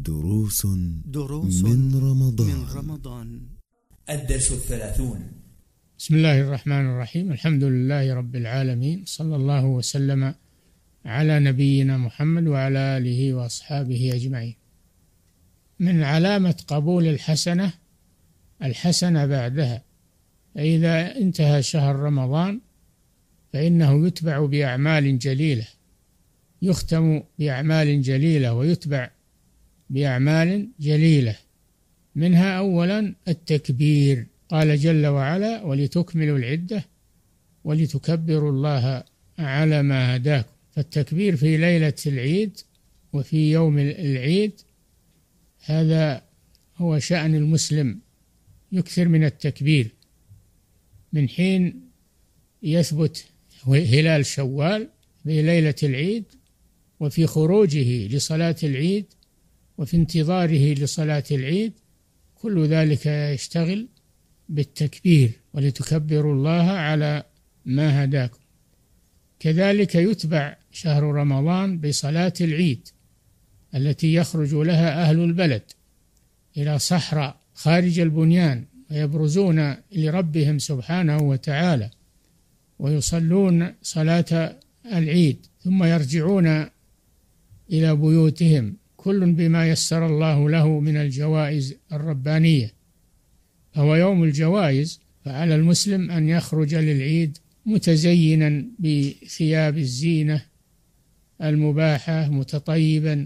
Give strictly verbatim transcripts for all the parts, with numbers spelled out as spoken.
دروس دروس من رمضان من رمضان الدرس الثلاثون. بسم الله الرحمن الرحيم. الحمد لله رب العالمين، صلى الله وسلم على نبينا محمد وعلى آله وأصحابه أجمعين. من علامة قبول الحسنة الحسنة بعدها، إذا انتهى شهر رمضان فإنه يتبع بأعمال جليلة، يختم بأعمال جليلة ويتبع بأعمال جليلة، منها أولا التكبير، قال جل وعلا: ولتكملوا العدة ولتكبروا الله على ما هداكم. فالتكبير في ليلة العيد وفي يوم العيد هذا هو شأن المسلم، يكثر من التكبير من حين يثبت هلال شوال في ليلة العيد، وفي خروجه لصلاة العيد، وفي انتظاره لصلاة العيد، كل ذلك يشتغل بالتكبير، ولتكبروا الله على ما هداكم. كذلك يتبع شهر رمضان بصلاة العيد التي يخرج لها أهل البلد إلى صحراء خارج البنيان، ويبرزون لربهم سبحانه وتعالى ويصلون صلاة العيد، ثم يرجعون إلى بيوتهم، كل بما يسر الله له من الجوائز الربانية. فهو يوم الجوائز، فعلى المسلم أن يخرج للعيد متزينا بثياب الزينة المباحة، متطيبا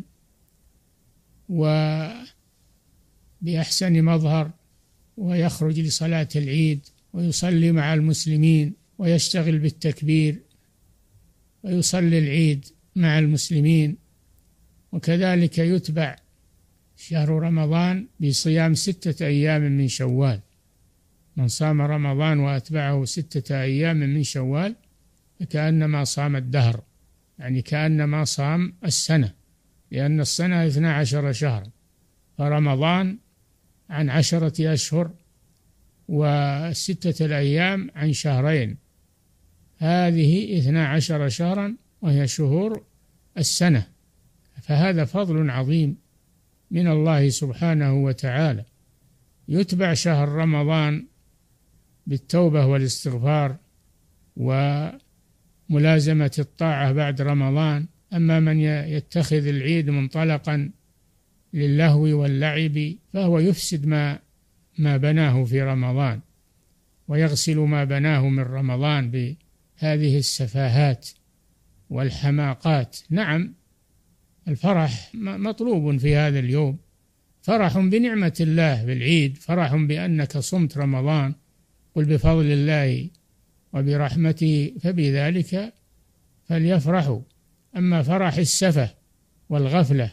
وبأحسن مظهر، ويخرج لصلاة العيد ويصلي مع المسلمين ويشتغل بالتكبير ويصلي العيد مع المسلمين. وكذلك يتبع شهر رمضان بصيام ستة أيام من شوال، من صام رمضان وأتبعه ستة أيام من شوال فكأنما صام الدهر، يعني كأنما صام السنة، لأن السنة اثنا عشر شهرا، فرمضان عن عشرة أشهر وستة الأيام عن شهرين، هذه اثنا عشر شهرا وهي شهور السنة. فهذا فضل عظيم من الله سبحانه وتعالى. يتبع شهر رمضان بالتوبة والاستغفار وملازمة الطاعة بعد رمضان. أما من يتخذ العيد منطلقا للهو واللعب فهو يفسد ما ما بناه في رمضان، ويغسل ما بناه من رمضان بهذه السفاهات والحماقات. نعم، الفرح مطلوب في هذا اليوم، فرح بنعمة الله بالعيد، فرح بأنك صمت رمضان، قل بفضل الله وبرحمته فبذلك فليفرحوا. أما فرح السفه والغفلة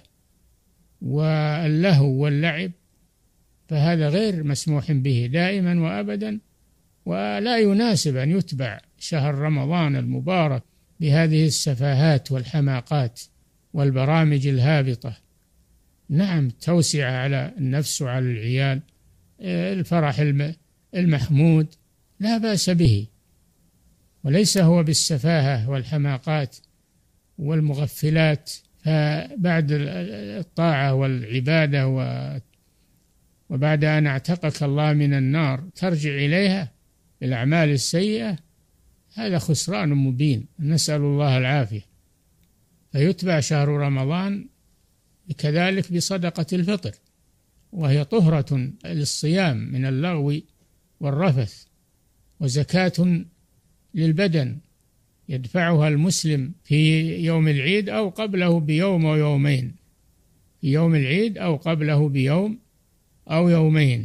واللهو واللعب فهذا غير مسموح به دائما وأبدا، ولا يناسب أن يتبع شهر رمضان المبارك بهذه السفاهات والحماقات والبرامج الهابطة. نعم، توسع على النفس وعلى العيال، الفرح المحمود لا بأس به، وليس هو بالسفاهة والحماقات والمغفلات. فبعد الطاعة والعبادة وبعد أن اعتقك الله من النار ترجع إليها الأعمال السيئة، هذا خسران مبين، نسأل الله العافية. فيتبع شهر رمضان كذلك بصدقة الفطر، وهي طهرة للصيام من اللغو والرفث، وزكاة للبدن يدفعها المسلم في يوم العيد أو قبله بيوم أو يومين، في يوم العيد أو قبله بيوم أو يومين،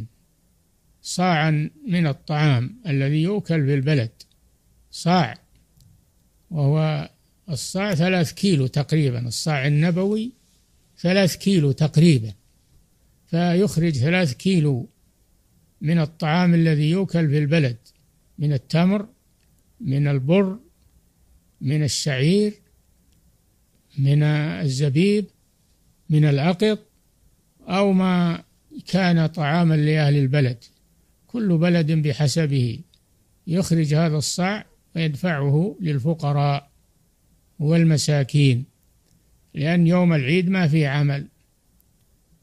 صاعا من الطعام الذي يؤكل في البلد، صاع، وهو الصاع ثلاث كيلو تقريبا، الصاع النبوي ثلاث كيلو تقريبا، فيخرج ثلاث كيلو من الطعام الذي يؤكل في البلد، من التمر، من البر، من الشعير، من الزبيب، من الأقط، أو ما كان طعاما لأهل البلد، كل بلد بحسبه يخرج هذا الصاع ويدفعه للفقراء والمساكين، لأن يوم العيد ما في عمل،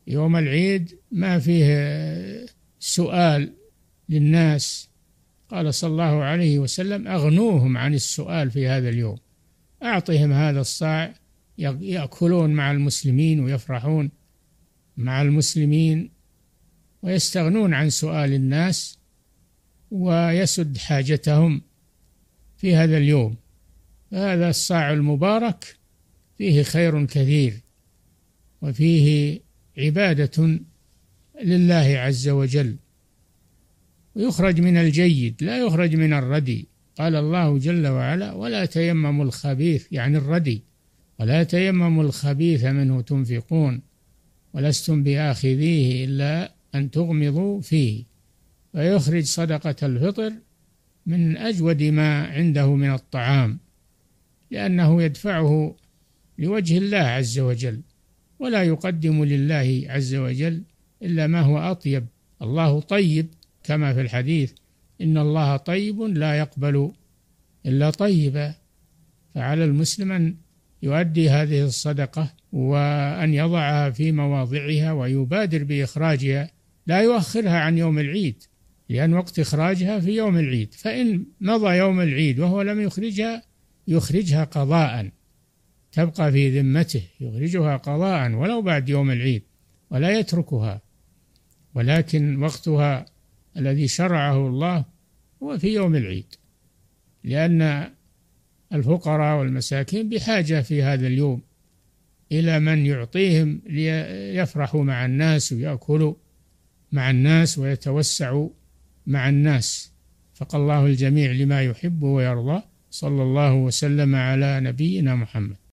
يوم العيد ما فيه سؤال للناس. قال صلى الله عليه وسلم: أغنوهم عن السؤال في هذا اليوم، أعطهم هذا الصاع يأكلون مع المسلمين ويفرحون مع المسلمين ويستغنون عن سؤال الناس، ويسد حاجتهم في هذا اليوم. هذا الصاع المبارك فيه خير كثير، وفيه عبادة لله عز وجل، ويخرج من الجيد لا يخرج من الردي. قال الله جل وعلا: ولا تيمموا الخبيث، يعني الردي، ولا تيمموا الخبيث منه تنفقون ولستم بآخذيه إلا أن تغمضوا فيه. فيخرج صدقة الفطر من أجود ما عنده من الطعام، لأنه يدفعه لوجه الله عز وجل، ولا يقدم لله عز وجل إلا ما هو أطيب. الله طيب كما في الحديث: إن الله طيب لا يقبل إلا طيبا. فعلى المسلم أن يؤدي هذه الصدقة وأن يضعها في مواضعها ويبادر بإخراجها، لا يؤخرها عن يوم العيد، لأن وقت إخراجها في يوم العيد، فإن مضى يوم العيد وهو لم يخرجها يخرجها قضاء، تبقى في ذمته، يخرجها قضاء ولو بعد يوم العيد، ولا يتركها. ولكن وقتها الذي شرعه الله هو في يوم العيد، لأن الفقراء والمساكين بحاجة في هذا اليوم إلى من يعطيهم ليفرحوا مع الناس ويأكلوا مع الناس ويتوسعوا مع الناس. فقال الله الجميع لما يحب ويرضى. صلى الله وسلم على نبينا محمد.